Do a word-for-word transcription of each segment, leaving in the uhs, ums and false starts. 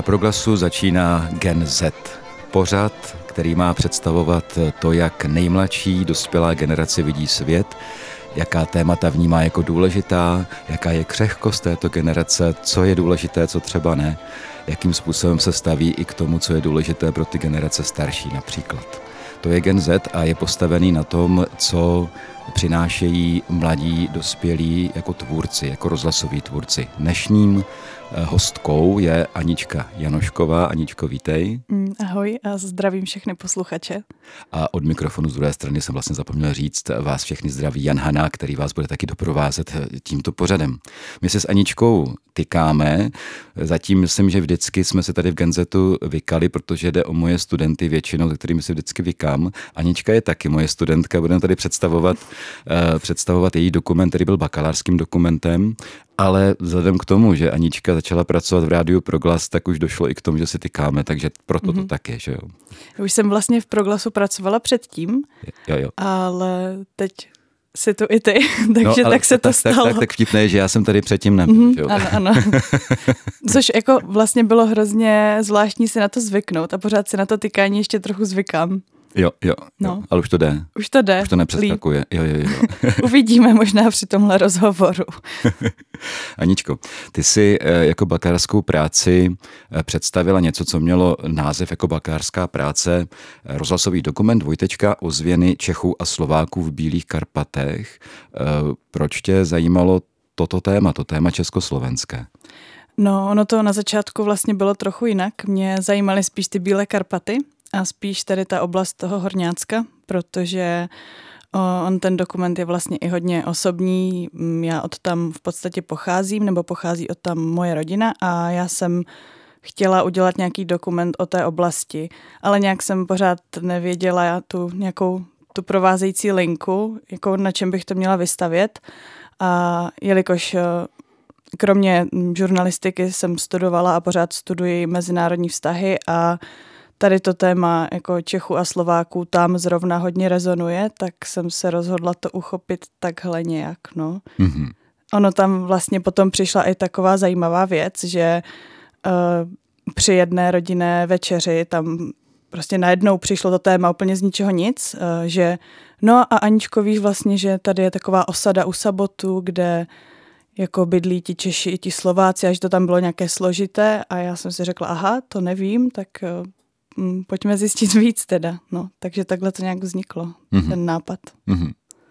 Proglasu začíná Gen Z. Pořad, který má představovat to, jak nejmladší dospělá generace vidí svět, jaká témata vnímá jako důležitá, jaká je křehkost této generace, co je důležité, co třeba ne, jakým způsobem se staví i k tomu, co je důležité pro ty generace starší například. To je Gen Z a je postavený na tom, co přinášejí mladí dospělí jako tvůrci, jako rozhlasoví tvůrci. Dnešním hostkou je Anička Janošková. Aničko, vítej. Ahoj a zdravím všechny posluchače. A od mikrofonu z druhé strany jsem vlastně zapomněl říct, vás všechny zdraví Jan Hana, který vás bude taky doprovázet tímto pořadem. My se s Aničkou tykáme, zatím myslím, že vždycky jsme se tady v Gen Zetu vykali, protože jde o moje studenty většinou, se kterými se vždycky vykám. Anička je taky moje studentka, budeme tady představovat, uh, představovat její dokument, který byl bakalářským dokumentem. Ale vzhledem k tomu, že Anička začala pracovat v rádiu Proglas, tak už došlo i k tomu, že si tykáme, takže proto mm-hmm. to tak je, že jo. Už jsem vlastně v Proglasu pracovala předtím, jo, jo. ale teď si tu i ty, takže no, tak se to tak, stalo. Tak, tak, tak vtipné je, že já jsem tady předtím nebyl, mm-hmm, jo. Ano, ano. Což jako vlastně bylo hrozně zvláštní si na to zvyknout a pořád si na to tykání ještě trochu zvykám. Jo, jo, no. jo, ale už to jde. Už to jde. Už to nepřeskakuje. Jo, jo, jo. Uvidíme možná při tomhle rozhovoru. Aničko, ty jsi jako bakalářskou práci představila něco, co mělo název jako bakalářská práce, rozhlasový dokument dvojtečka ozvěny Čechů a Slováků v Bílých Karpatech. Proč tě zajímalo toto téma, to téma československé? No, ono to na začátku vlastně bylo trochu jinak. Mě zajímaly spíš ty Bílé Karpaty, a spíš tady ta oblast toho Horňácka, protože on ten dokument je vlastně i hodně osobní. Já od tam v podstatě pocházím, nebo pochází od tam moje rodina a já jsem chtěla udělat nějaký dokument o té oblasti, ale nějak jsem pořád nevěděla tu nějakou tu provázející linku, jako na čem bych to měla vystavět. A jelikož kromě žurnalistiky jsem studovala a pořád studuji mezinárodní vztahy a tady to téma jako Čechů a Slováků tam zrovna hodně rezonuje, tak jsem se rozhodla to uchopit takhle nějak, no. Mm-hmm. Ono tam vlastně potom přišla i taková zajímavá věc, že uh, při jedné rodinné večeři tam prostě najednou přišlo to téma úplně z ničeho nic, uh, že no a Aničko, víš vlastně, že tady je taková osada u Sabotu, kde jako bydlí ti Češi i ti Slováci a že to tam bylo nějaké složité a já jsem si řekla, aha, to nevím, tak uh, pojďme zjistit víc teda. No, takže takhle to nějak vzniklo, mm-hmm. ten nápad. Mm-hmm.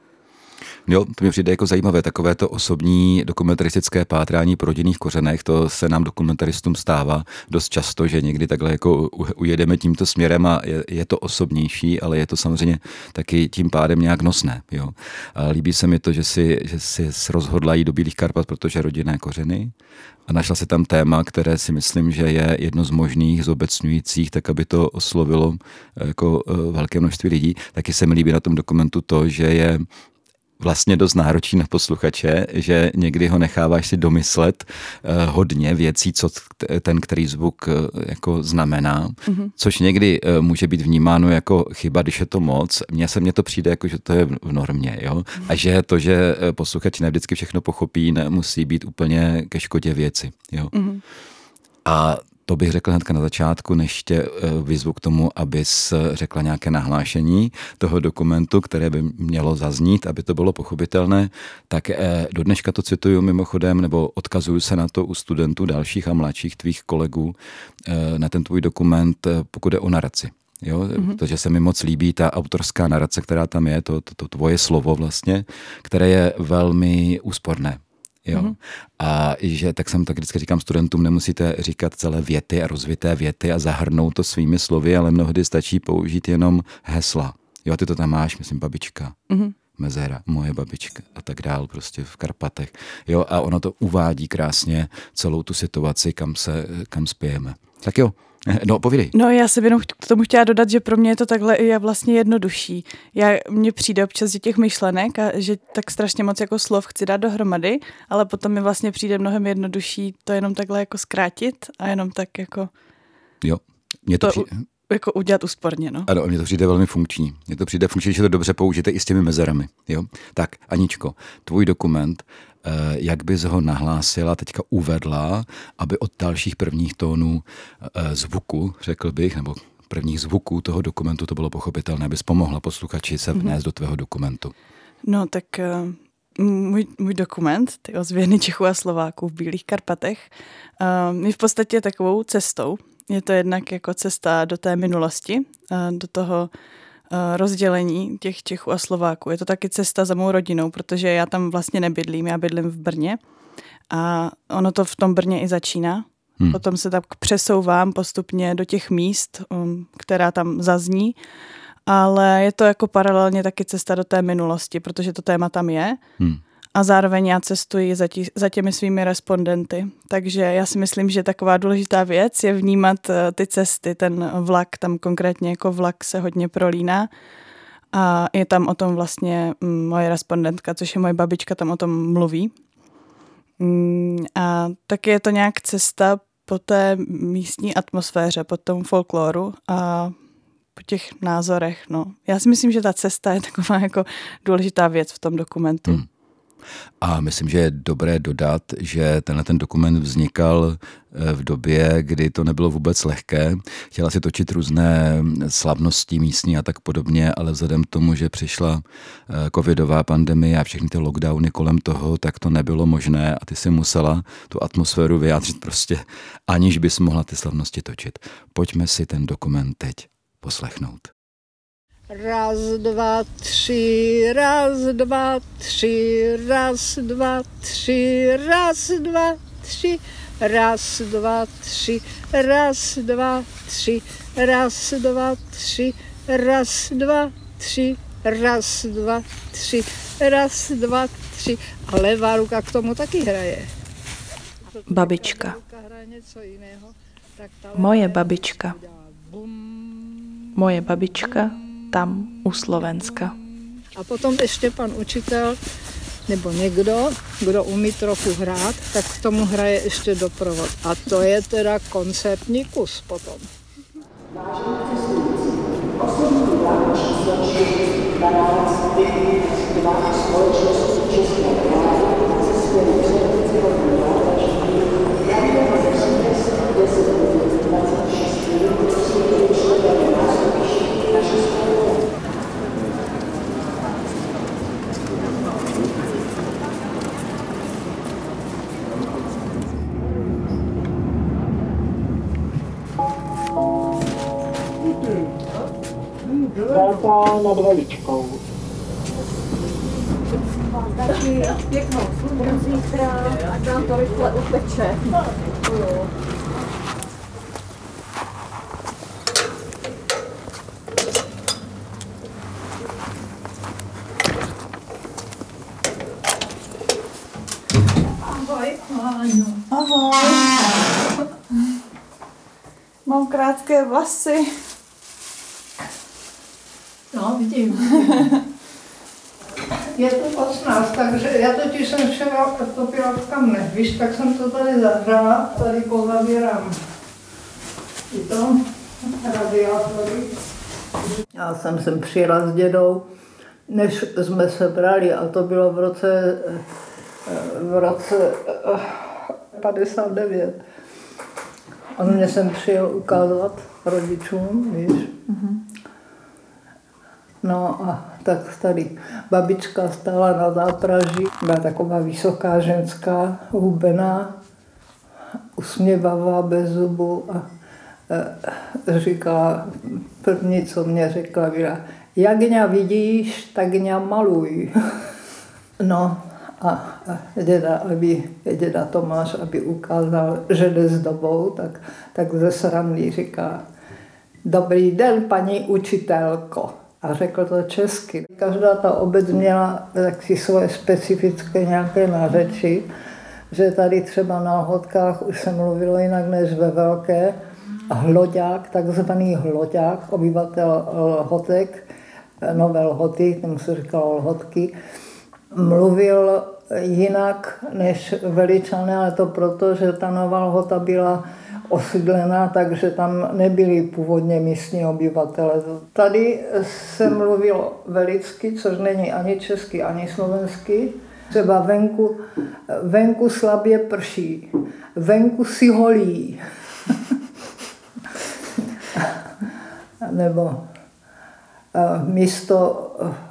Jo, to mi přijde jako zajímavé, takové to osobní dokumentaristické pátrání po rodinných kořenech, to se nám dokumentaristům stává dost často, že někdy takhle jako ujedeme tímto směrem a je, je to osobnější, ale je to samozřejmě taky tím pádem nějak nosné. Jo. A líbí se mi to, že si, že si rozhodla jít do Bílých Karpat, protože rodinné kořeny a našla si tam téma, které si myslím, že je jedno z možných zobecňujících, tak aby to oslovilo jako velké množství lidí. Taky se mi líbí na tom dokumentu to, že je vlastně dost náročí na posluchače, že někdy ho necháváš si domyslet eh, hodně věcí, co ten, který zvuk eh, jako znamená, mm-hmm. což někdy eh, může být vnímáno jako chyba, když je to moc. Mně se mně to přijde jako, že to je v normě, jo? Mm-hmm. A že to, že posluchač ne vždycky všechno pochopí, nemusí být úplně ke škodě věci, jo. Mm-hmm. A to bych řekl hnedka na začátku, než tě vyzvu k tomu, abys řekla nějaké nahlášení toho dokumentu, které by mělo zaznít, aby to bylo pochopitelné. Tak do dneška to cituju mimochodem, nebo odkazuju se na to u studentů dalších a mladších tvých kolegů, na ten tvůj dokument, pokud je o naraci. Jo, mm-hmm. protože se mi moc líbí ta autorská narace, která tam je, to, to, to tvoje slovo vlastně, které je velmi úsporné. Jo. Mm-hmm. A že tak jsem tak vždycky říkám studentům, nemusíte říkat celé věty a rozvité věty a zahrnout to svými slovy, ale mnohdy stačí použít jenom hesla. Jo, ty to tam máš, myslím, babička, mm-hmm. mezera, moje babička a tak dál prostě v Karpatech. Jo, a ono to uvádí krásně celou tu situaci, kam se, kam spějeme. Tak jo. No, povídej. No, já jsem jenom k tomu chtěla dodat, že pro mě je to takhle i vlastně jednodušší. Já, mně přijde občas že těch myšlenek a že tak strašně moc jako slov chci dát dohromady, ale potom mi vlastně přijde mnohem jednodušší to jenom takhle jako zkrátit a jenom tak jako jo, mě to, to přijde jako udělat úsporně, no. Ano, mně to přijde velmi funkční. Mně to přijde funkční, že to dobře použijete i s těmi mezerami, jo. Tak, Aničko, tvůj dokument jak bys ho nahlásila, teďka uvedla, aby od dalších prvních tónů zvuku, řekl bych, nebo prvních zvuků toho dokumentu to bylo pochopitelné, abys pomohla posluchači se vnést mm-hmm. do tvého dokumentu. No tak můj, můj dokument, ty ozvěny Čechů a Slováků v Bílých Karpatech, je v podstatě takovou cestou. Je to jednak jako cesta do té minulosti, do toho rozdělení těch Čechů a Slováků. Je to taky cesta za mou rodinou, protože já tam vlastně nebydlím, já bydlím v Brně a ono to v tom Brně i začíná. Hmm. Potom se tak přesouvám postupně do těch míst, která tam zazní, ale je to jako paralelně taky cesta do té minulosti, protože to téma tam je. Hmm. A zároveň já cestuji za, tí, za těmi svými respondenty. Takže já si myslím, že taková důležitá věc je vnímat ty cesty. Ten vlak, tam konkrétně jako vlak se hodně prolíná. A je tam o tom vlastně moje respondentka, což je moje babička, tam o tom mluví. A taky je to nějak cesta po té místní atmosféře, po tom folkloru a po těch názorech. No. Já si myslím, že ta cesta je taková jako důležitá věc v tom dokumentu. Hmm. A myslím, že je dobré dodat, že tenhle ten dokument vznikal v době, kdy to nebylo vůbec lehké. Chtěla si točit různé slavnosti místní a tak podobně, ale vzhledem k tomu, že přišla covidová pandemie a všechny ty lockdowny kolem toho, tak to nebylo možné a ty si musela tu atmosféru vyjádřit prostě, aniž bys mohla ty slavnosti točit. Pojďme si ten dokument teď poslechnout. Raz, dva, tři, raz, dva, tři, raz, dva, tři, raz, dva, tři, raz, dva, tři, raz, dva, tři, raz, dva, tři, raz, dva, tři, raz, dva, tři, raz, dva, tři. A levá ruka k tomu taky hraje. Babička. Moje babička. Moje babička tam u Slovenska. A potom ještě pan učitel nebo někdo, kdo umí trochu hrát, tak k tomu hraje ještě doprovod. A to je teda koncertní kus potom. Vážení cestující, osobní vlak číslo čtyři dvanáct dva společnosti České dráhy na cestě Lucernici vodní nádraží Janova Express deset dvacet šest minut prosím vyšledané nástupiště naší společnosti. Velká nad veličkou. Taky pěknou službu zítra, ať nám to rychle upeče. Ahoj, Áňo. Ahoj. Mám krátké vlasy. No, vidím. Je to osmnáct, takže já totiž jsem včera topila v kamnech, víš, tak jsem to tady zahřála, tady pozabírám i to, radiátory. Já jsem sem přijela s dědou, než jsme se brali, a to bylo v roce, v roce padesát devět. On mě sem přijel ukázat rodičům, víš. Mm-hmm. No a tak tady babička stála na zápraží, byla taková vysoká ženská, hubená, usměvavá, bez zubu a e, říkala, první, co mě řekla, byla, jak mě vidíš, tak mě maluj. No a, a děda, aby, děda Tomáš, aby ukázal, že jde s dobou, tak, tak ze srandy říká, dobrý den, paní učitelko. A řekl to česky. Každá ta obec měla taky svoje specifické nějaké nářečí, že tady třeba na Lhotkách už se mluvilo jinak než ve Velké. Hloďák, takzvaný hloďák, obyvatel Lhotek, Nové Lhoty, tomu se říkalo Lhotky, mluvil jinak než Veličané, ale to proto, že ta Nová Lhota byla osídlená, takže tam nebyli původně místní obyvatele. Tady se mluvilo velicky, což není ani česky, ani slovensky. Třeba venku, venku slabě prší, venku si holí. Nebo místo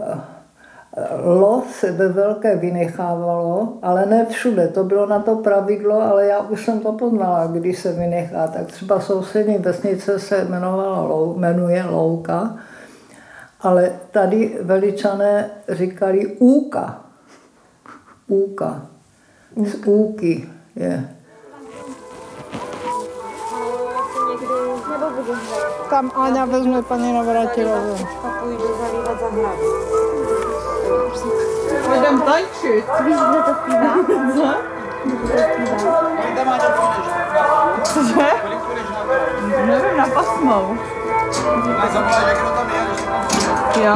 lo se ve velké vynechávalo, ale ne všude. To bylo na to pravidlo, ale já už jsem to poznala, když se vynechá. Tak třeba sousední vesnice se jmenovala, jmenuje Louka, ale tady Veličané říkali Úka. Úka. Z úky je. Tam Áňa vezme paní Navratilovou. A půjdu zalívat zahradu. Půjdem tančit. Víš, kdo to zpívá? Co? Cože? Nevím, na pasmou. Jo?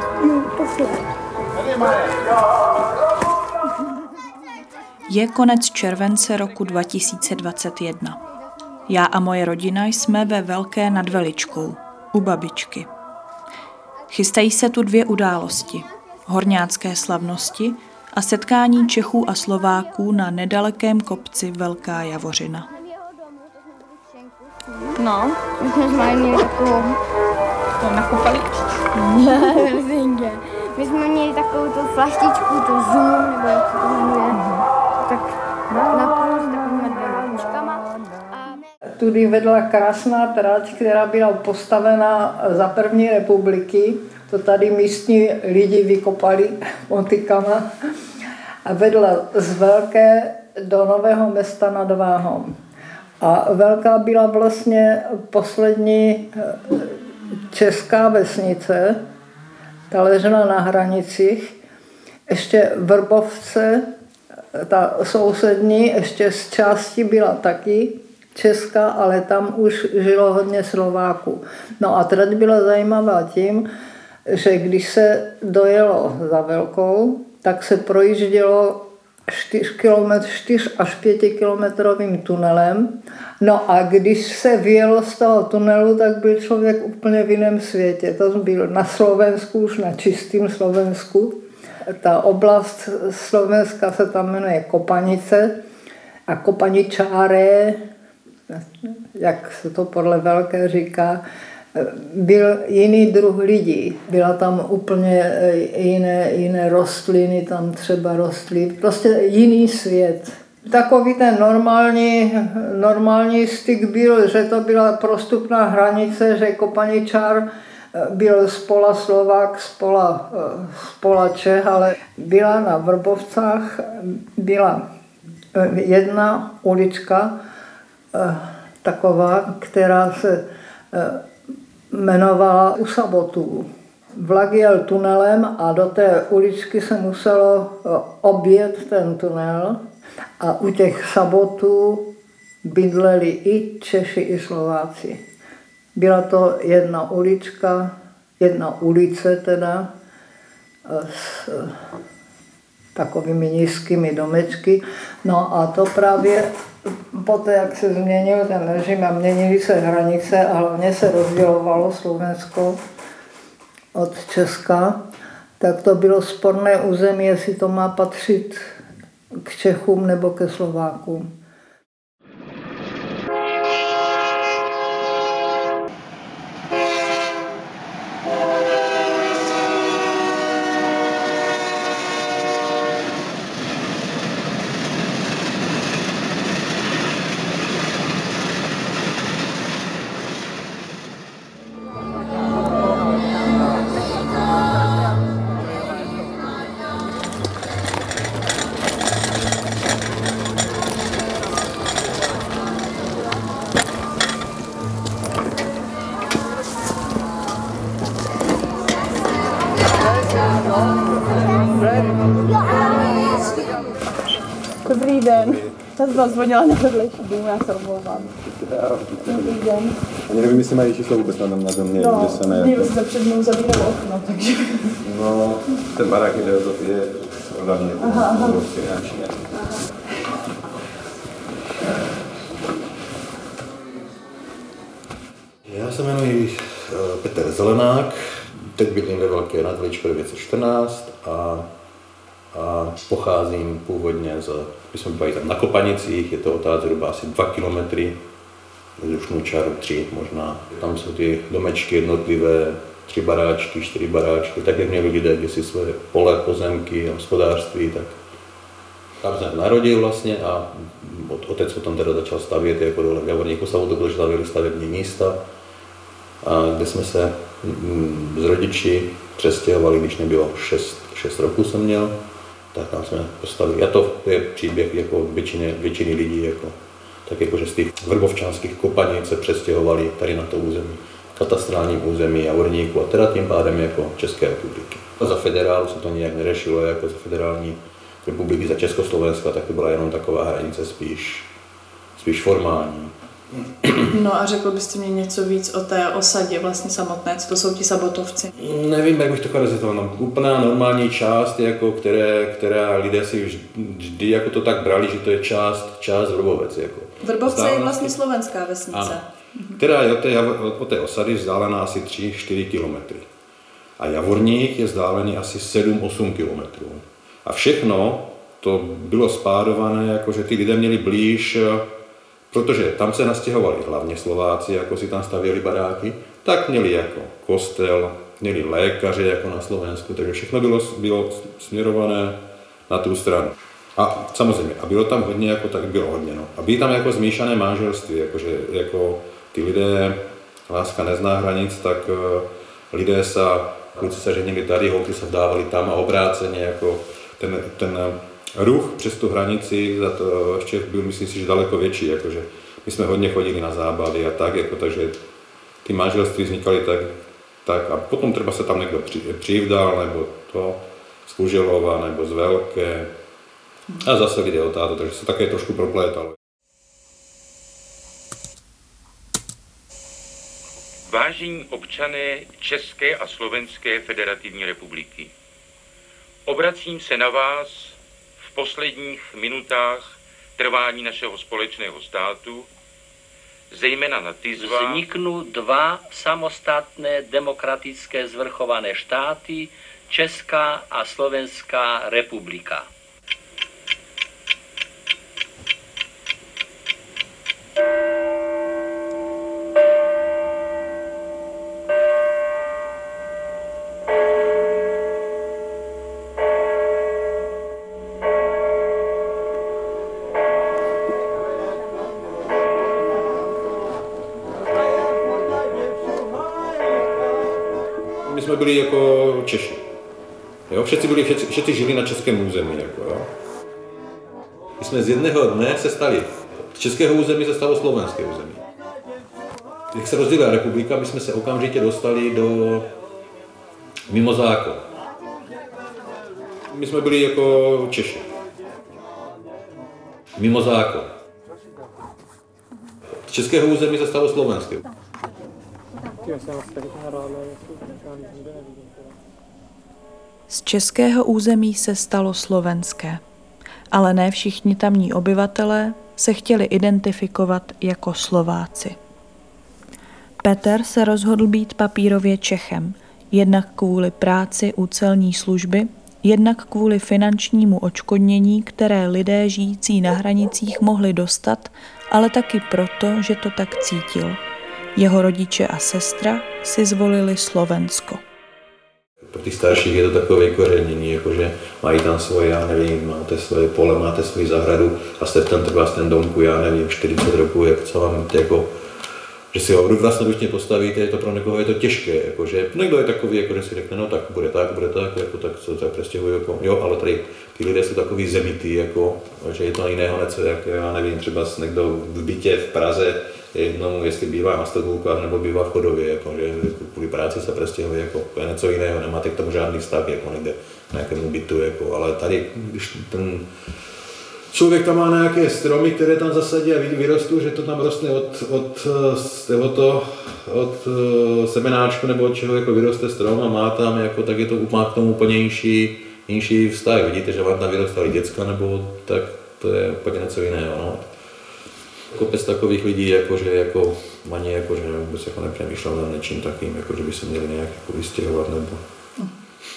Je konec července roku dva tisíce dvacet jedna. Já a moje rodina jsme ve Velké nad Veličkou, u babičky. Chystají se tu dvě události. Horňácké slavnosti a setkání Čechů a Slováků na nedalekém kopci Velká Javořina. No, my jsme jsme měli takovou... To nakopali? My jsme měli takovou tu flaštičku, tu zoom, nebo jak se to jmenuje. Tak napůl s takovými dvěma puškama. Tudy vedla krásná trať, která byla postavena za první republiky. To tady místní lidi vykopali motikama a vedla z Velké do Nového Města nad Váhom. A Velká byla vlastně poslední česká vesnice, ta ležela na hranicích. Ještě Vrbovce, ta sousední, ještě z části byla taky česká, ale tam už žilo hodně Slováků. No a trať byla zajímavá tím, že když se dojelo za Velkou, tak se projíždělo čtyři až pět kilometrovým tunelem. No a když se vyjelo z toho tunelu, tak byl člověk úplně v jiném světě. To byl na Slovensku, už na čistém Slovensku. Ta oblast Slovenska se tam jmenuje Kopanice a Kopaničáre, jak se to podle Velké říká, byl jiný druh lidí. Byla tam úplně jiné, jiné rostliny, tam třeba rostly, prostě jiný svět. Takový ten normální, normální styk byl, že to byla prostupná hranice, že Kopaničár byl spola Slovák, spola, spola Čech, ale byla na Vrbovcách, byla jedna ulička taková, která se jmenovala U Sabotů. Vlak jel tunelem a do té uličky se muselo objet ten tunel a u těch Sabotů bydleli i Češi, i Slováci. Byla to jedna ulička, jedna ulice teda s takovými nízkými domečky. No a to právě poté, jak se změnil ten režim a měnily se hranice a hlavně se rozdělovalo Slovensko od Česka, tak to bylo sporné území, jestli to má patřit k Čechům nebo ke Slovákům. Dobrý den. Já jsem vám zvonila na vedlejší dům, já se omlouvám. Dobrý den. Ani nevím, jestli mají číslo vůbec na, na domě, no, že se ne... někdo se před mnou zavíralo okno, takže... No, ten barák je, je hlavně finanční. Já se jmenuji Petr Zelenák, teď bydlím ve Velké nad Veličkou devět set čtrnáct a a pocházím původně z, my jsme byli tam na Kopanicích, je to od zhruba asi dva kilometry, vzdušnou čáru tři možná. Tam jsou ty domečky jednotlivé, tři baráčky, čtyři baráčky, tak jak měli lidé kdysi své pole, pozemky a hospodářství, tak tam jsem narodil vlastně a otec ho tam teda začal stavět jako dole v Javorníku Savutu, protože stavěli stavební místa, a kde jsme se s rodiči přestěhovali, když nebylo šest roků jsem měl, tak tam jsme postavili. A to je příběh jako většiny, většiny lidí, jako, tak jako, že z těch vrbovčanských kopanic se přestěhovali tady na to území, katastrálním území Javorníku a teda tím pádem jako České republiky. A za federálu se to nijak neřešilo, jako za federální republiky, za Československa, tak to byla jenom taková hranice spíš, spíš formální. No a řekl byste mě něco víc o té osadě vlastně samotné, co to jsou ti Sabotovci? Nevím, jak bych to charakterizoval. No, úplná normální část, jako které, která lidé si vždy jako to tak brali, že to je část, část Vrbovec. Jako. Vrbovce je vlastně slovenská vesnice. Ano. Která je od té, od té osady vzdálená asi tři čtyři kilometry. A Javorník je vzdálený asi sedm osm kilometrů. A všechno to bylo spádované, jako že ty lidé měli blíž, protože tam se nastěhovali hlavně Slováci, jako si tam stavěli baráky, tak měli jako kostel, měli lékaře jako na Slovensku, takže všechno bylo, bylo směrované na tu stranu. A samozřejmě, a bylo tam hodně, jako tak bylo hodně, no. A byly tam jako zmíšané manželství, jakože jako ty lidé, láska nezná hranic, tak uh, lidé se, kluci se ženili tady, holky se vdávali tam a obráceně, jako ten, ten ruch přes tu hranici, za to ještě byl, myslím si, že daleko větší, jakože my jsme hodně chodili na zábavy a tak, jako, takže ty manželství vznikaly tak, tak a potom třeba se tam někdo při, přivdal, nebo to z Kuželova, nebo z Velké a zase lidé o táto, takže se také trošku proplétalo. Vážení občané České a Slovenské federativní republiky, obracím se na vás v posledních minutách trvání našeho společného státu, zejména na ty z vás... Vzniknú dva samostatné demokratické zvrchované štáty, Česká a Slovenská republika. My jsme byli jako Češi. Jo? Všetci, byli, všetci, všetci žili na českém území. Jako, jo? My jsme z jedného dne se stali, z českého území se stalo slovenské území. Jak se rozdělila republika, my jsme se okamžitě dostali do mimo zákon. My jsme byli jako Češi. Mimo zákon. Z českého území se stalo slovenské. Z českého území se stalo slovenské, ale ne všichni tamní obyvatelé se chtěli identifikovat jako Slováci. Petr se rozhodl být papírově Čechem, jednak kvůli práci u celní služby, jednak kvůli finančnímu odškodnění, které lidé žijící na hranicích mohli dostat, ale taky proto, že to tak cítil. Jeho rodiče a sestra si zvolili Slovensko. Pro těch starších je to takové kořenění, jakože mají tam svoje, já nevím, máte svoje pole, máte svoji zahradu a jste v tom třeba v ten domku, já nevím, čtyřicet roků, jak co vám, jako, že si ho vlastnoručně postavíte, je to pro někoho je to těžké, jakože někdo je takový, jako, že si řekne, no tak bude tak, bude tak, jako, tak se tak přestěhuji, jako, jo, ale tady ty lidé jsou takový zemitý, jako, že je to jiného něco, jak já nevím, třeba někdo v bytě v Praze, jednomu, jestli bývá na Stodůlkách nebo bývá v Chodově, jako, že kvůli práci se přestěhuje, jako, to je něco jiného, nemáte k tomu žádný vztah, jako někde na nějakému bytu, jako, ale tady, když ten člověk tam má nějaké stromy, které tam zasadí a vyrostou, že to tam roste od, od, z tohoto, od semenáčku nebo od čeho jako vyroste strom a má tam, jako, tak je to, má k tomu úplně jinší, jinší vztah. Vidíte, že vám tam vyrostali děcka, nebo tak to je úplně něco jiného. No. Kopec takových lidí, jako, že jako, ani jako, že vůbec jako nepřemýšlel nad něčím takým, jako, že by se měli nějak jako vystěhovat nebo...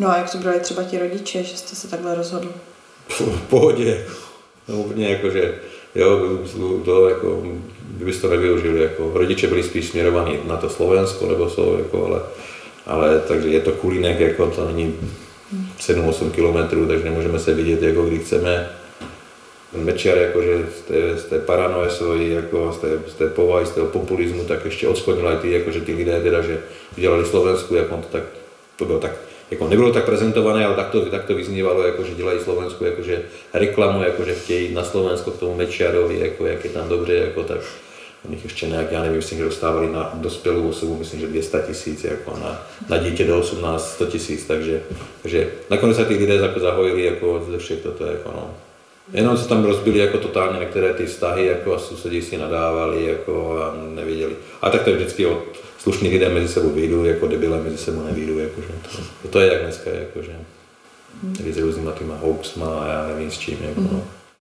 No a jak to brali třeba ti rodiče, že jste se takhle rozhodl? V pohodě. No, úplně jako, že jo, to jako, kdybyste to nevyužili, jako rodiče byli spíš směrovaní na to Slovensko, nebo jsou, jako, ale, ale takže je to kulínek, jako to není sedm osm kilometrů, takže nemůžeme se vidět, jako kdy chceme. Mečiar, jakože z té, z té paranoje svojí, jako z té, z té povahy, z toho populismu, tak ještě odschodnil aj ty, jakože ty lidé teda, že dělali Slovensku, jak on to tak, to bylo tak, jako nebylo tak prezentované, ale tak to, tak to vyznívalo, jako, že dělají Slovensku, jakože reklamu, jakože chtějí na Slovensko k tomu Mečiarovi, jako, jak je tam dobře, jako, tak u nich ještě nějak, já nevím, myslím, že dostávali na dospělou osobu, myslím, že dvě stě tisíc, jako na, na dítě do osmnáct sto tisíc, takže, takže nakonec se ty lidé jako zahojili, jako ze všech toto, jako no. Jenom se tam rozbili jako totálně některé ty vztahy, jako a sousedí si nadávali, jako a neviděli. A tak to je vždycky od slušní lidé mezi sebou vyjdou, jako debile mezi sebou nevyjdou, jakože to, to je jak dneska, jakože tady s různýma týma hoaxma a já nevím s čím, jako no.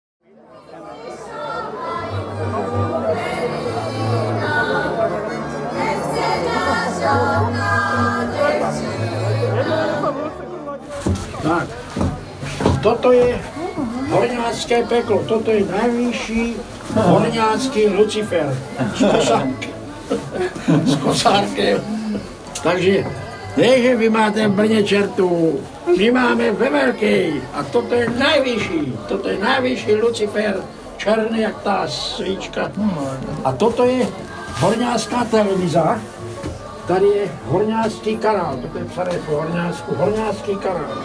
Tak, toto je horňácké peklo, toto je nejvyšší horňácký Lucifer s, kosárk, s kosárkem. Takže ne, že vy máte v Brně čertu, my máme ve velkej a toto je nejvyšší, toto je nejvyšší Lucifer, černý jak ta svíčka. A toto je horňácká televize, tady je horňácký kanál, toto je psané po horňácku, horňácký kanál.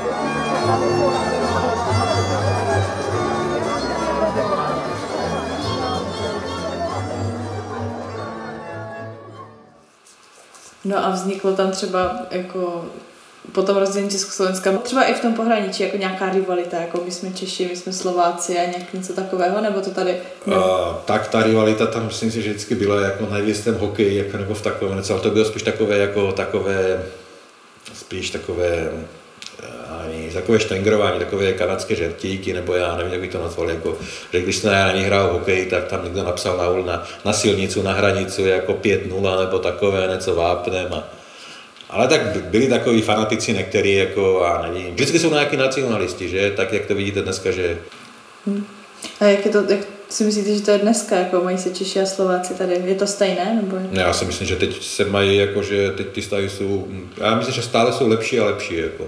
No a vzniklo tam třeba jako po tom rozdělení Československa, třeba i v tom pohraničí jako nějaká rivalita, jako my jsme Češi, my jsme Slováci a nějak něco takového, nebo to tady? Uh, tak ta rivalita tam myslím si, že vždycky byla jako nejvíc ten hokej, jako, nebo v takovém, ale to bylo spíš takové jako takové, spíš takové ani takové štengrování, takové kanadské žertíky, nebo já nevím, jak by to nazval, jako, že když se na ní hrál hokej, tak tam někdo napsal na, na, na silnicu, na hranicu jako pět nula nebo takové, něco vápnem. A, ale tak byli takový fanatici někteří, jako, a nevím, vždycky jsou nějaký nacionalisti, že, tak jak to vidíte dneska, že... Hmm. A jak, je to, jak si myslíte, že to je dneska, jako mají se Češi a Slováci tady, je to stejné? Nebo je to... Já si myslím, že teď se mají, jako, že teď ty stavy jsou, já myslím, že stále jsou lepší a lepší, jako.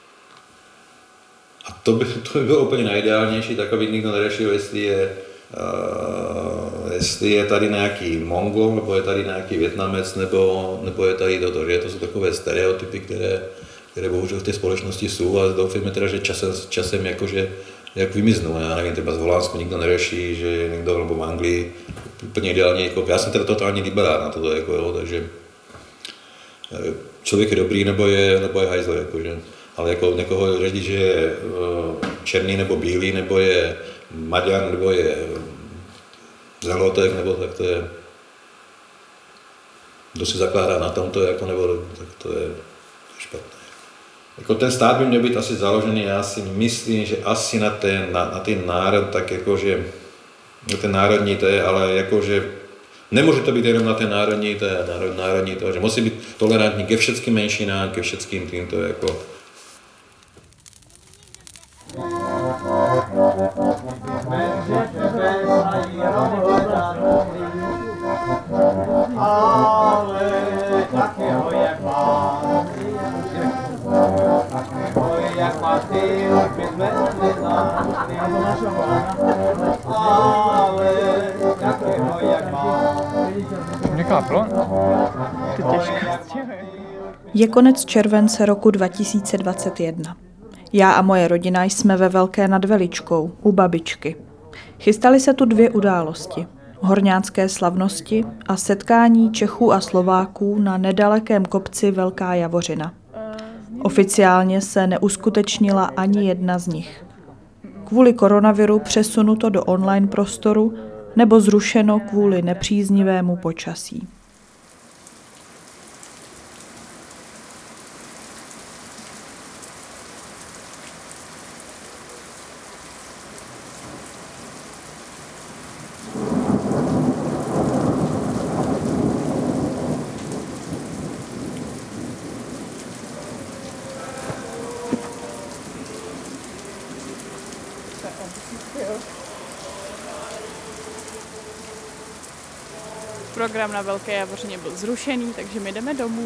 A to by, to by bylo úplně nejideálnější, tak aby nikdo neřešil, jestli je, uh, jestli je tady nějaký Mongol, nebo je tady nějaký Vietnamec, nebo, nebo je tady toto, že to jsou takové stereotypy, které, které bohužel v té společnosti jsou a doufejme teda, že časem, časem jakože, jak vymiznou. Já nevím, třeba z Holandsku nikdo neřeší, že někdo, nebo v Anglii úplně ideálně, jako, já jsem teda totální liberál na toto, jako, jo, takže člověk je dobrý, nebo je, nebo je hajzl, jakože. Ale jako někoho řadí, že je černý nebo bílý, nebo je Maďar, nebo je Zelotek, nebo tak to je, kdo si zakládá na tomto, jako, nebo tak to je, to je špatné. Jako ten stát by měl být asi založený, já si myslím, že asi na ten, na, na ten národ, tak jakože, ten národní to je, ale jakože nemůže to být jenom na ten národní, to je národ, národní to, že musí být tolerantní ke všetkým menšinám, ke všetkým týmto, jako. Ale takého jak má, takého jak má ty, by jsme neznali, ale takého jak má. Nekáplo? To těžko. Je konec července roku dva tisíce dvacet jedna. Já a moje rodina jsme ve Velké nad Veličkou, u babičky. Chystaly se tu dvě události. Horňácké slavnosti a setkání Čechů a Slováků na nedalekém kopci Velká Javořina. Oficiálně se neuskutečnila ani jedna z nich. Kvůli koronaviru přesunuto do online prostoru nebo zrušeno kvůli nepříznivému počasí. program na Velké Javorně byl zrušený, takže my jdeme domů.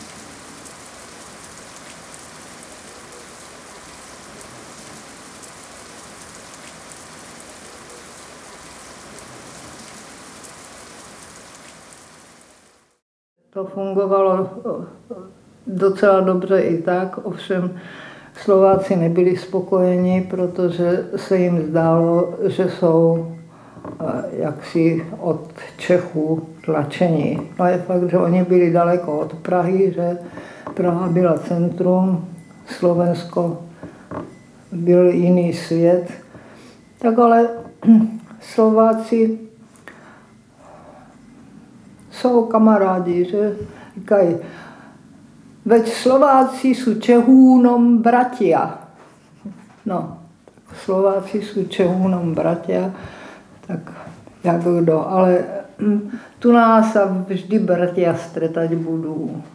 To fungovalo docela dobře i tak, ovšem Slováci nebyli spokojeni, protože se jim zdálo, že jsou jaksi od Čechů tlačení. No je fakt, že oni byli daleko od Prahy, že Praha byla centrum, Slovensko byl jiný svět. Tak ale Slováci jsou kamarádi, že říkají, veď Slováci jsou Čehůnom bratia. No, Slováci jsou Čehůnom bratia, tak jak kdo, ale tu nás a vždy bratia stretať budú.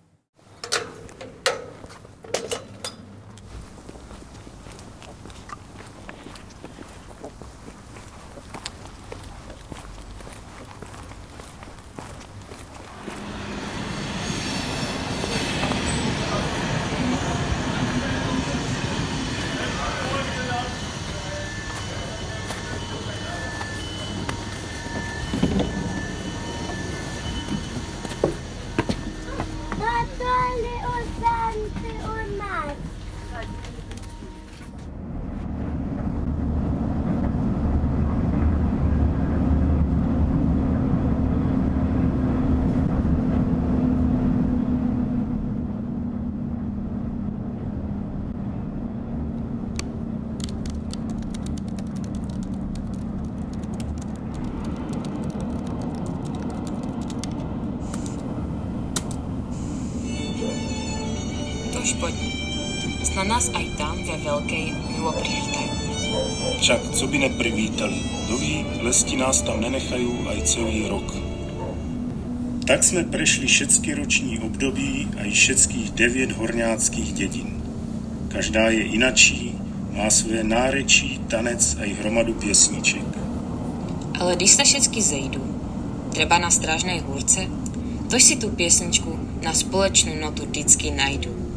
Špatně. Snad nás aj tam ve Veľkej milo privítajú. Však co by neprivítali? Doví, lesti nás tam nenechajú aj celý rok. Tak jsme prešli všetky roční období a i všetkých devět horňáckých dědin. Každá je inačí, má své nárečí, tanec a i hromadu piesniček. Ale když se všetky zejdu, treba na Strážnej hůrce, tož si tu piesničku na společnú notu vždycky najdu.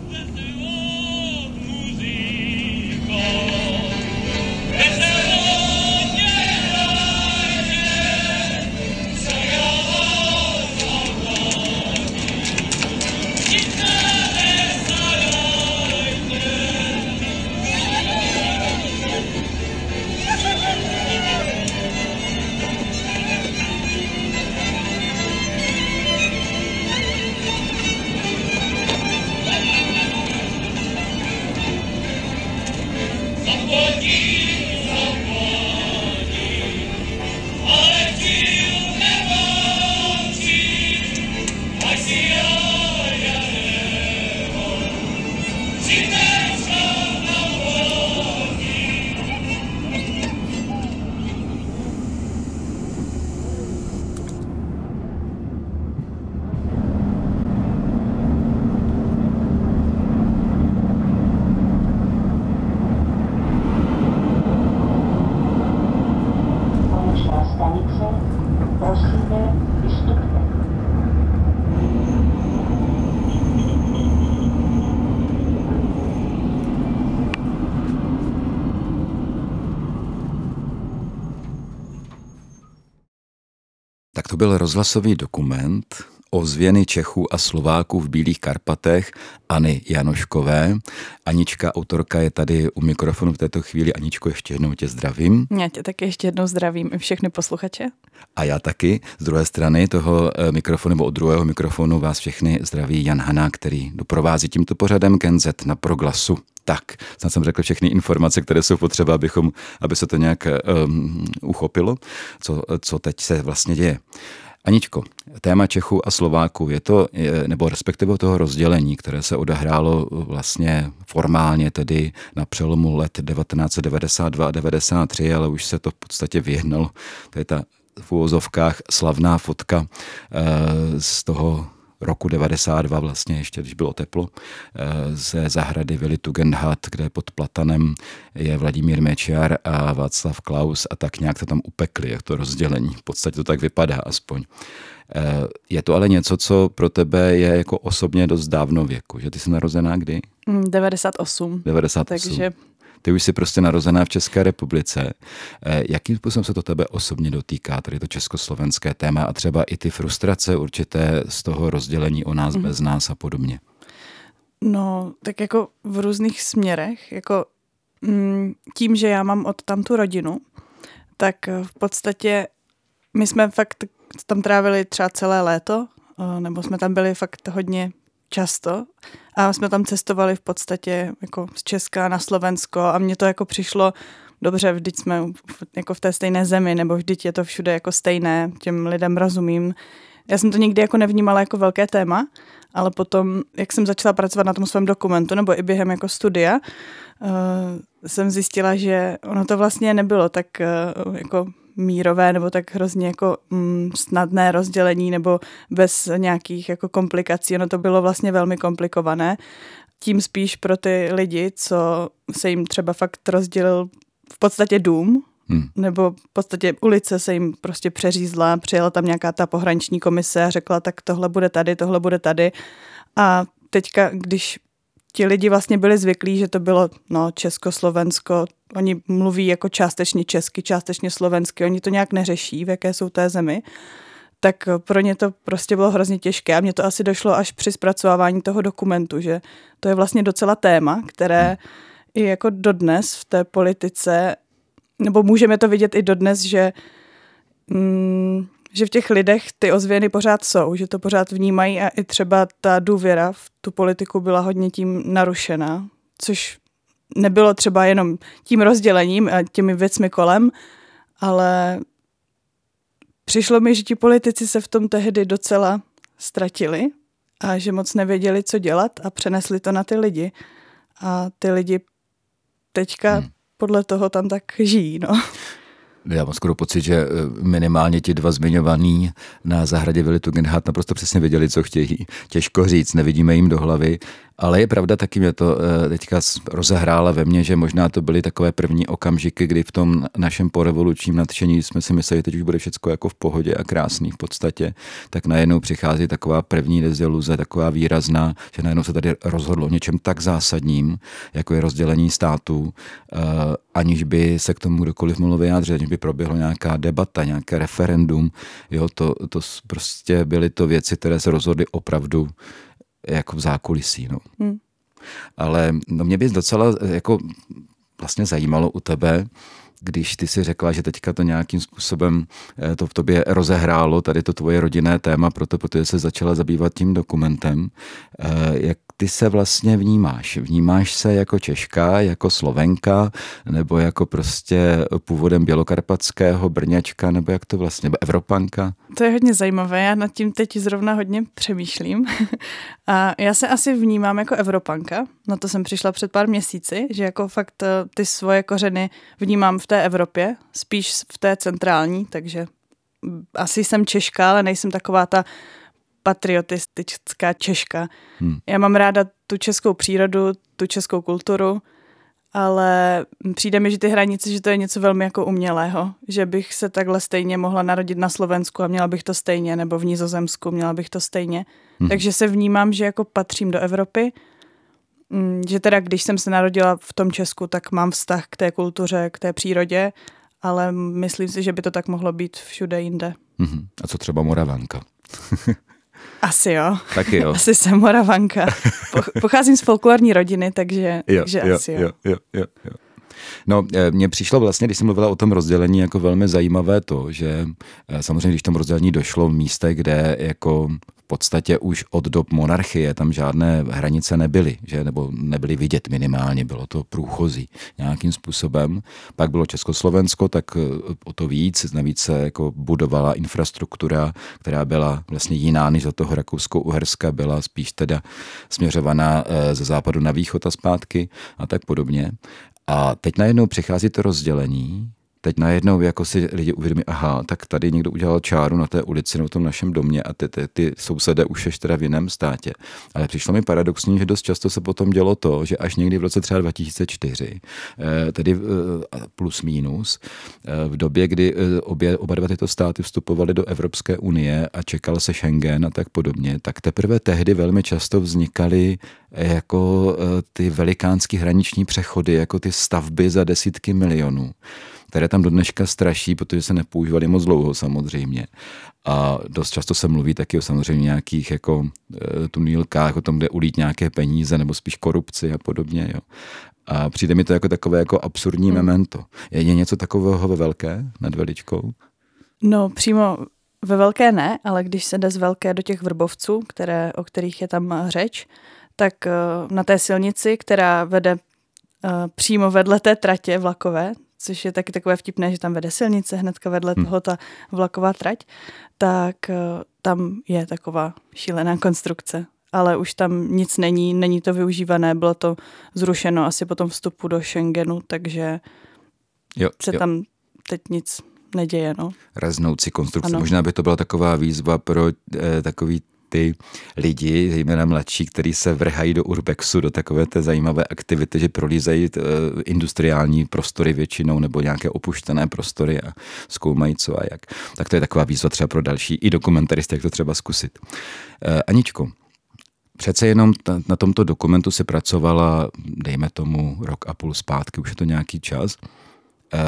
Tak to byl rozhlasový dokument ozvěny Čechů a Slováků v Bílých Karpatech Anny Janoškové. Anička, autorka, je tady u mikrofonu v této chvíli. Aničko, ještě jednou tě zdravím. Já tě taky ještě jednou zdravím i všechny posluchače. A já taky. Z druhé strany toho mikrofonu, nebo od druhého mikrofonu vás všechny zdraví Jan Hanák, který doprovází tímto pořadem Gen Z na Proglasu. Tak, snad jsem řekl všechny informace, které jsou potřeba, abychom, aby se to nějak um, uchopilo, co, co teď se vlastně děje. Aničko, téma Čechů a Slováků je to, nebo respektive toho rozdělení, které se odehrálo vlastně formálně tedy na přelomu let devatenáct set devadesát dva a devadesát tři, ale už se to v podstatě vyjednalo. To je ta v úvozovkách slavná fotka z toho roku devadesát dva vlastně, ještě když bylo teplo, ze zahrady Vily Tugendhat, kde pod platanem je Vladimír Mečiar a Václav Klaus a tak nějak to tam upekli, jak to rozdělení. V podstatě to tak vypadá aspoň. Je to ale něco, co pro tebe je jako osobně dost dávno věku, že ty jsi narozená kdy? devadesát osm. devadesát osm. Takže... Ty už jsi prostě narozená v České republice. Jakým způsobem se to tebe osobně dotýká, tady to československé téma a třeba i ty frustrace určité z toho rozdělení o nás mm. bez nás a podobně? No, tak jako v různých směrech, jako tím, že já mám od tam tu rodinu, tak v podstatě my jsme fakt tam trávili třeba celé léto, nebo jsme tam byli fakt hodně často a jsme tam cestovali v podstatě jako z Česka na Slovensko a mně to jako přišlo dobře, vždyť jsme jako v té stejné zemi, nebo vždyť je to všude jako stejné, těm lidem rozumím. Já jsem to nikdy jako nevnímala jako velké téma, ale potom, jak jsem začala pracovat na tom svém dokumentu, nebo i během jako studia, uh, jsem zjistila, že ono to vlastně nebylo tak uh, jako mírové nebo tak hrozně jako mm, snadné rozdělení nebo bez nějakých jako komplikací. Ono to bylo vlastně velmi komplikované. Tím spíš pro ty lidi, co se jim třeba fakt rozdělil v podstatě dům, hmm. nebo v podstatě ulice se jim prostě přeřízla, přijela tam nějaká ta pohraniční komise a řekla, tak tohle bude tady, tohle bude tady. A teďka, když ti lidi vlastně byli zvyklí, že to bylo no, Československo, oni mluví jako částečně česky, částečně slovensky, oni to nějak neřeší, v jaké jsou té zemi, tak pro ně to prostě bylo hrozně těžké a mně to asi došlo až při zpracovávání toho dokumentu, že to je vlastně docela téma, které i jako dodnes v té politice, nebo můžeme to vidět i dodnes, že mm, že v těch lidech ty ozvěny pořád jsou, že to pořád vnímají a i třeba ta důvěra v tu politiku byla hodně tím narušená, což nebylo třeba jenom tím rozdělením a těmi věcmi kolem, ale přišlo mi, že ti politici se v tom tehdy docela ztratili a že moc nevěděli, co dělat a přenesli to na ty lidi. A ty lidi teďka hmm. podle toho tam tak žijí, no. Já mám skoro pocit, že minimálně ti dva zmiňovaní na zahradě Vily Tugendhat naprosto přesně věděli, co chtějí. Těžko říct, nevidíme jim do hlavy, ale je pravda, taky mě to teďka rozehrála ve mně, že možná to byly takové první okamžiky, kdy v tom našem porevolučním nadšení jsme si mysleli, že teď už bude všechno jako v pohodě a krásný v podstatě, tak najednou přichází taková první deziluze, taková výrazná, že najednou se tady rozhodlo o něčem tak zásadním, jako je rozdělení států, aniž by se k tomu kdokoliv mohl vyjádřit, aniž by proběhlo nějaká debata, nějaké referendum. Jo, to, to prostě byly to věci, které se rozhodly opravdu jako v zákulisí. No. Hmm. Ale no, mě by docela jako vlastně zajímalo u tebe, když ty si řekla, že teďka to nějakým způsobem to v tobě rozehrálo, tady to tvoje rodinné téma, proto, protože se začala zabývat tím dokumentem. Jak ty se vlastně vnímáš? Vnímáš se jako Češka, jako Slovenka, nebo jako prostě původem bělokarpatského Brňačka, nebo jak to vlastně, nebo Evropanka? To je hodně zajímavé, já nad tím teď zrovna hodně přemýšlím. A já se asi vnímám jako Evropanka, na to jsem přišla před pár měsíci, že jako fakt ty svoje kořeny vnímám v té Evropě, spíš v té centrální, takže asi jsem Češka, ale nejsem taková ta patriotistická Češka. Hmm. Já mám ráda tu českou přírodu, tu českou kulturu, ale přijde mi, že ty hranice, že to je něco velmi jako umělého, že bych se takhle stejně mohla narodit na Slovensku a měla bych to stejně, nebo v Nizozemsku měla bych to stejně. Hmm. Takže se vnímám, že jako patřím do Evropy, že teda když jsem se narodila v tom Česku, tak mám vztah k té kultuře, k té přírodě, ale myslím si, že by to tak mohlo být všude jinde. Hmm. A co třeba Moravanka? Asi jo. Taky jo. Asi jsem Moravanka. Pocházím z folklorní rodiny, takže, jo, takže jo, asi jo. jo, jo, jo, jo. No, mně přišlo vlastně, když jsem mluvila o tom rozdělení, jako velmi zajímavé to, že samozřejmě, když tomu rozdělení došlo v místech, kde jako v podstatě už od dob monarchie tam žádné hranice nebyly, že nebo nebyly vidět minimálně, bylo to průchozí nějakým způsobem. Pak bylo Československo, tak o to víc, navíc se jako budovala infrastruktura, která byla vlastně jiná než za toho Rakousko-Uherska, byla spíš teda směřovaná ze západu na východ a zpátky a tak podobně. A teď najednou přichází to rozdělení teď najednou jako si lidi uvědomí, aha, tak tady někdo udělal čáru na té ulici, na tom našem domě a ty, ty, ty sousedé už ješ teda v jiném státě. Ale přišlo mi paradoxní, že dost často se potom dělo to, že až někdy v roce třeba dva tisíce čtyři, tedy plus minus, v době, kdy obě, oba dva tyto státy vstupovaly do Evropské unie a čekal se Schengen a tak podobně, tak teprve tehdy velmi často vznikaly jako ty velikánský hraniční přechody, jako ty stavby za desítky milionů, které tam do dneška straší, protože se nepoužívaly moc dlouho samozřejmě. A dost často se mluví taky o samozřejmě nějakých jako e, tunýlkách, o tom, kde ulít nějaké peníze nebo spíš korupci a podobně. Jo. A přijde mi to jako takové jako absurdní hmm. memento. Je, je něco takového ve velké nad Veličkou? No přímo ve velké ne, ale když se jde z velké do těch Vrbovců, které, o kterých je tam řeč, tak uh, na té silnici, která vede uh, přímo vedle té tratě vlakové, což je taky takové vtipné, že tam vede silnice, hnedka vedle hmm. toho ta vlaková trať, tak uh, tam je taková šílená konstrukce. Ale už tam nic není, není to využívané, bylo to zrušeno asi po tom vstupu do Schengenu, takže jo, se jo. tam teď nic neděje. No. Raznoucí konstrukce. Ano. Možná by to byla taková výzva pro eh, takový ty lidi, zejména mladší, kteří se vrhají do urbexu, do takové té zajímavé aktivity, že prolízají uh, industriální prostory většinou nebo nějaké opuštěné prostory a zkoumají co a jak. Tak to je taková výzva třeba pro další i dokumentaristy, jak to třeba zkusit. Uh, Aničko, přece jenom ta, na tomto dokumentu si pracovala, dejme tomu, rok a půl zpátky, už je to nějaký čas. Uh,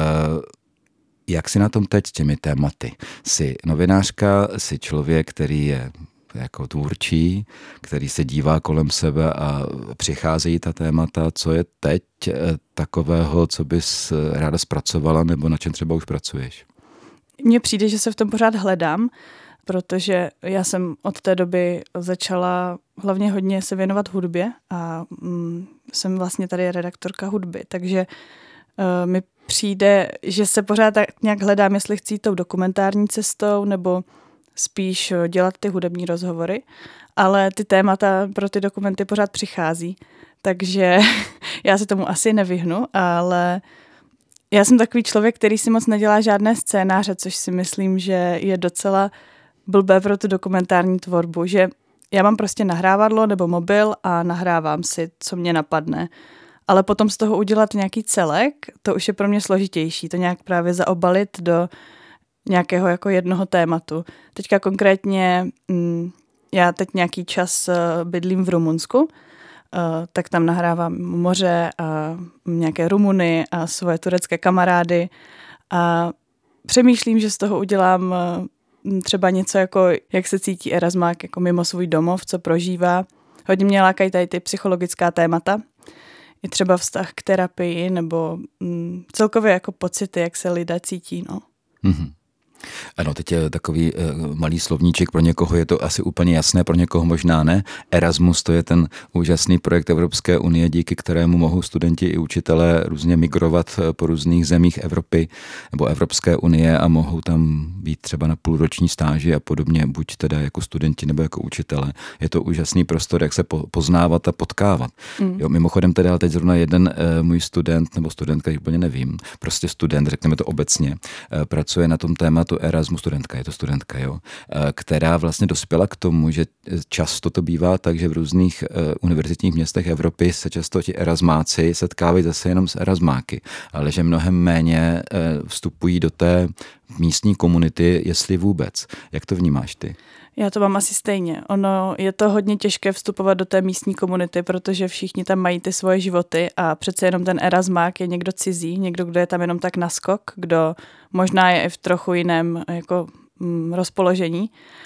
jak si na tom teď s těmi tématy? Jsi novinářka, jsi člověk, který je jako tvůrčí, který se dívá kolem sebe a přicházejí ta témata, co je teď takového, co bys ráda zpracovala nebo na čem třeba už pracuješ? Mně přijde, že se v tom pořád hledám, protože já jsem od té doby začala hlavně hodně se věnovat hudbě a mm, jsem vlastně tady redaktorka hudby, takže uh, mi přijde, že se pořád tak nějak hledám, jestli chci jít tou dokumentární cestou nebo spíš dělat ty hudební rozhovory, ale ty témata pro ty dokumenty pořád přichází, takže já se tomu asi nevyhnu, ale já jsem takový člověk, který si moc nedělá žádné scénáře, což si myslím, že je docela blbé pro tu dokumentární tvorbu, že já mám prostě nahrávadlo nebo mobil a nahrávám si, co mě napadne. Ale potom z toho udělat nějaký celek, to už je pro mě složitější, to nějak právě zaobalit do nějakého jako jednoho tématu. Teďka konkrétně mm, já teď nějaký čas uh, bydlím v Rumunsku, uh, tak tam nahrávám moře a nějaké Rumuny a svoje turecké kamarády a přemýšlím, že z toho udělám uh, třeba něco jako, jak se cítí Erasmák jako mimo svůj domov, co prožívá. Hodně mě lákají tady ty psychologická témata, i třeba vztah k terapii nebo mm, celkově jako pocity, jak se lidé cítí, no. Mm-hmm. Ano, teď je takový uh, malý slovníček, pro někoho je to asi úplně jasné, pro někoho možná ne. Erasmus, to je ten úžasný projekt Evropské unie, díky kterému mohou studenti i učitelé různě migrovat po různých zemích Evropy nebo Evropské unie a mohou tam být třeba na půlroční stáži a podobně, buď teda jako studenti nebo jako učitelé. Je to úžasný prostor, jak se po, poznávat a potkávat. Mm. Jo, mimochodem teda teď zrovna jeden uh, můj student nebo studentka, úplně nevím, prostě student, řekneme to obecně, uh, pracuje na tom tématu Erasmus, studentka, je to studentka, jo, která vlastně dospěla k tomu, že často to bývá tak, že v různých uh, univerzitních městech Evropy se často ti erasmáci setkávají zase jenom s erasmáky, ale že mnohem méně uh, vstupují do té místní komunity, jestli vůbec. Jak to vnímáš ty? Já to mám asi stejně. Ono je to hodně těžké vstupovat do té místní komunity, protože všichni tam mají ty svoje životy a přece jenom ten erasmák je někdo cizí, někdo, kdo je tam jenom tak naskok, kdo možná je i v trochu jiném jako mm, rozpoložení.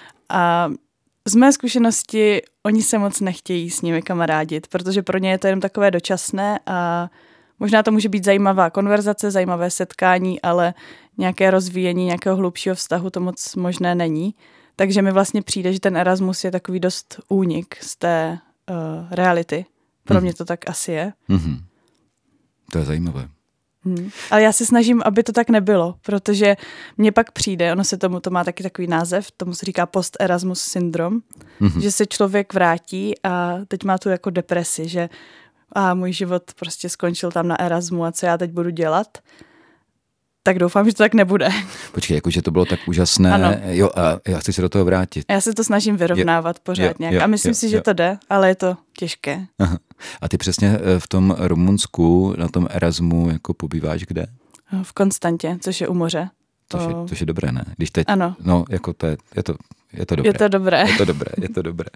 A z mé zkušenosti oni se moc nechtějí s nimi kamarádit, protože pro ně je to jenom takové dočasné a možná to může být zajímavá konverzace, zajímavé setkání, ale nějaké rozvíjení nějakého hlubšího vztahu to moc možné není. Takže mi vlastně přijde, že ten Erasmus je takový dost únik z té uh, reality. Pro mě to tak asi je. Mm-hmm. To je zajímavé. Hmm. Ale já se snažím, aby to tak nebylo, protože mně pak přijde, ono se tomu, to má taky takový název, tomu se říká post-Erasmus syndrom, mm-hmm. že se člověk vrátí a teď má tu jako depresi, že a můj život prostě skončil tam na Erasmu a co já teď budu dělat. tak doufám, že to tak nebude. Počkej, jakože to bylo tak úžasné. Ano. Jo, a já chci se do toho vrátit. Já se to snažím vyrovnávat je, pořád jo, nějak jo, a myslím jo, si, že jo. to jde, ale je to těžké. Aha. A ty přesně v tom Rumunsku, na tom Erasmu, jako pobýváš kde? V Konstantě, což je u moře. Což je, což je dobré, ne? Když teď, ano. No, jako to je, je to, je to dobré. Je to dobré. Je to dobré, je to dobré.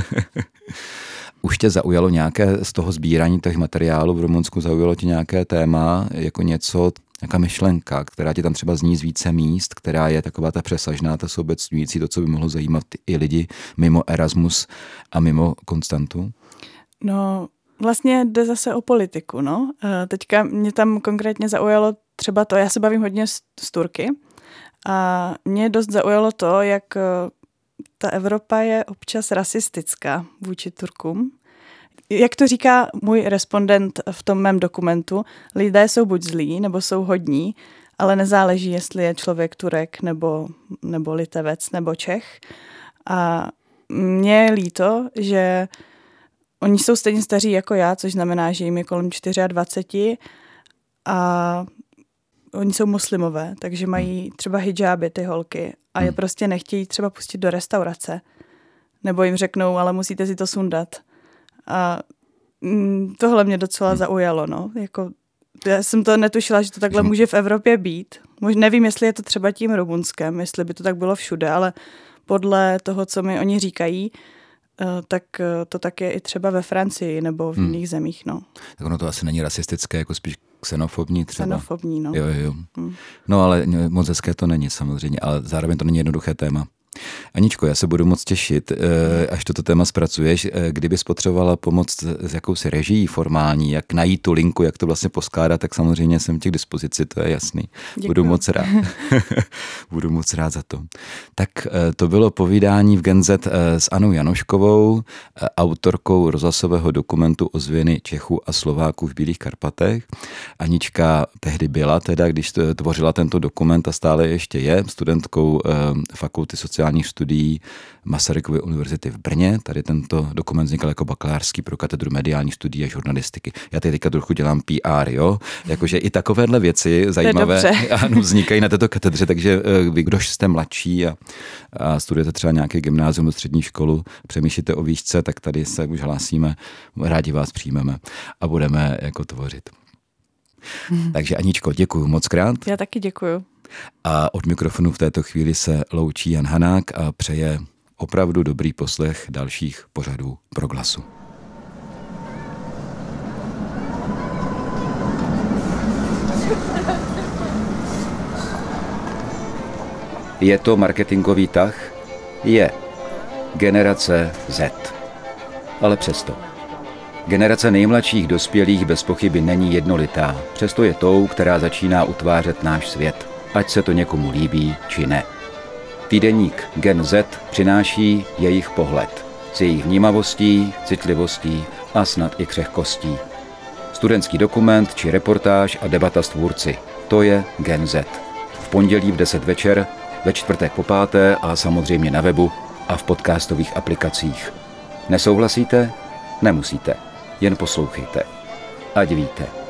Už tě zaujalo nějaké z toho sbírání těch materiálů v Rumunsku, zaujalo tě nějaké téma, jako něco, nějaká myšlenka, která ti tam třeba zní z více míst, která je taková ta přesažná, ta sobecňující, to, co by mohlo zajímat i lidi mimo Erasmus a mimo Konstantu? No, vlastně jde zase o politiku, no. Teďka mě tam konkrétně zaujalo třeba to, já se bavím hodně s, s Turky a mě dost zaujalo to, jak ta Evropa je občas rasistická vůči Turkům. Jak to říká můj respondent v tom mém dokumentu, lidé jsou buď zlí, nebo jsou hodní, ale nezáleží, jestli je člověk Turek, nebo, nebo Litevec, nebo Čech. A mně je líto, že oni jsou stejně staří jako já, což znamená, že jim je kolem dvacet čtyři a oni jsou muslimové, takže mají třeba hijáby ty holky a je prostě nechtějí třeba pustit do restaurace. Nebo jim řeknou, ale musíte si to sundat. A tohle mě docela zaujalo, no. Jako, já jsem to netušila, že to takhle může v Evropě být. Možná nevím, jestli je to třeba tím Rumunskem, jestli by to tak bylo všude, ale podle toho, co mi oni říkají, tak to tak je i třeba ve Francii nebo v hmm. jiných zemích, no. Tak ono to asi není rasistické, jako spíš xenofobní třeba. Xenofobní, no. Jo, jo. Hmm. No ale moc hezké to není samozřejmě, ale zároveň to není jednoduché téma. Aničko, já se budu moc těšit, až toto téma zpracuješ. Kdyby spotřebovala pomoc s jakousi režií formální, jak najít tu linku, jak to vlastně poskládat, tak samozřejmě jsem ti k dispozici, to je jasný. Děkuju. Budu moc rád. Budu moc rád za to. Tak to bylo povídání v Gen Z s Anou Janoškovou, autorkou rozhlasového dokumentu Ozvěny Čechů a Slováků v Bílých Karpatech. Anička tehdy byla, teda, když tvořila tento dokument a stále ještě je studentkou fakulty sociální studií Masarykovy univerzity v Brně. Tady tento dokument vznikal jako bakalářský pro katedru mediálních studií a žurnalistiky. Já teď teďka trochu dělám P R, jo? Jakože i takovéhle věci zajímavé ano, vznikají na této katedře, takže vy, kdož jste mladší a, a studujete třeba nějaké gymnázium do střední školu, přemýšlíte o výšce, tak tady se už hlásíme, rádi vás přijmeme a budeme jako tvořit. Hmm. Takže Aničko, děkuju moc krát. Já taky děkuju. A od mikrofonu v této chvíli se loučí Jan Hanák a přeje opravdu dobrý poslech dalších pořadů Proglasu. Je to marketingový tah? Je. Generace Z. Ale přesto. Generace nejmladších dospělých bez pochyby není jednolitá, přesto je tou, která začíná utvářet náš svět, ať se to někomu líbí, či ne. Týdeník Gen Z přináší jejich pohled, s jejich vnímavostí, citlivostí a snad i křehkostí. Studentský dokument či reportáž a debata s tvůrci, to je Gen Z. V pondělí v deset večer, ve čtvrtek po páté a samozřejmě na webu a v podcastových aplikacích. Nesouhlasíte? Nemusíte. Jen poslouchejte. Ať víte.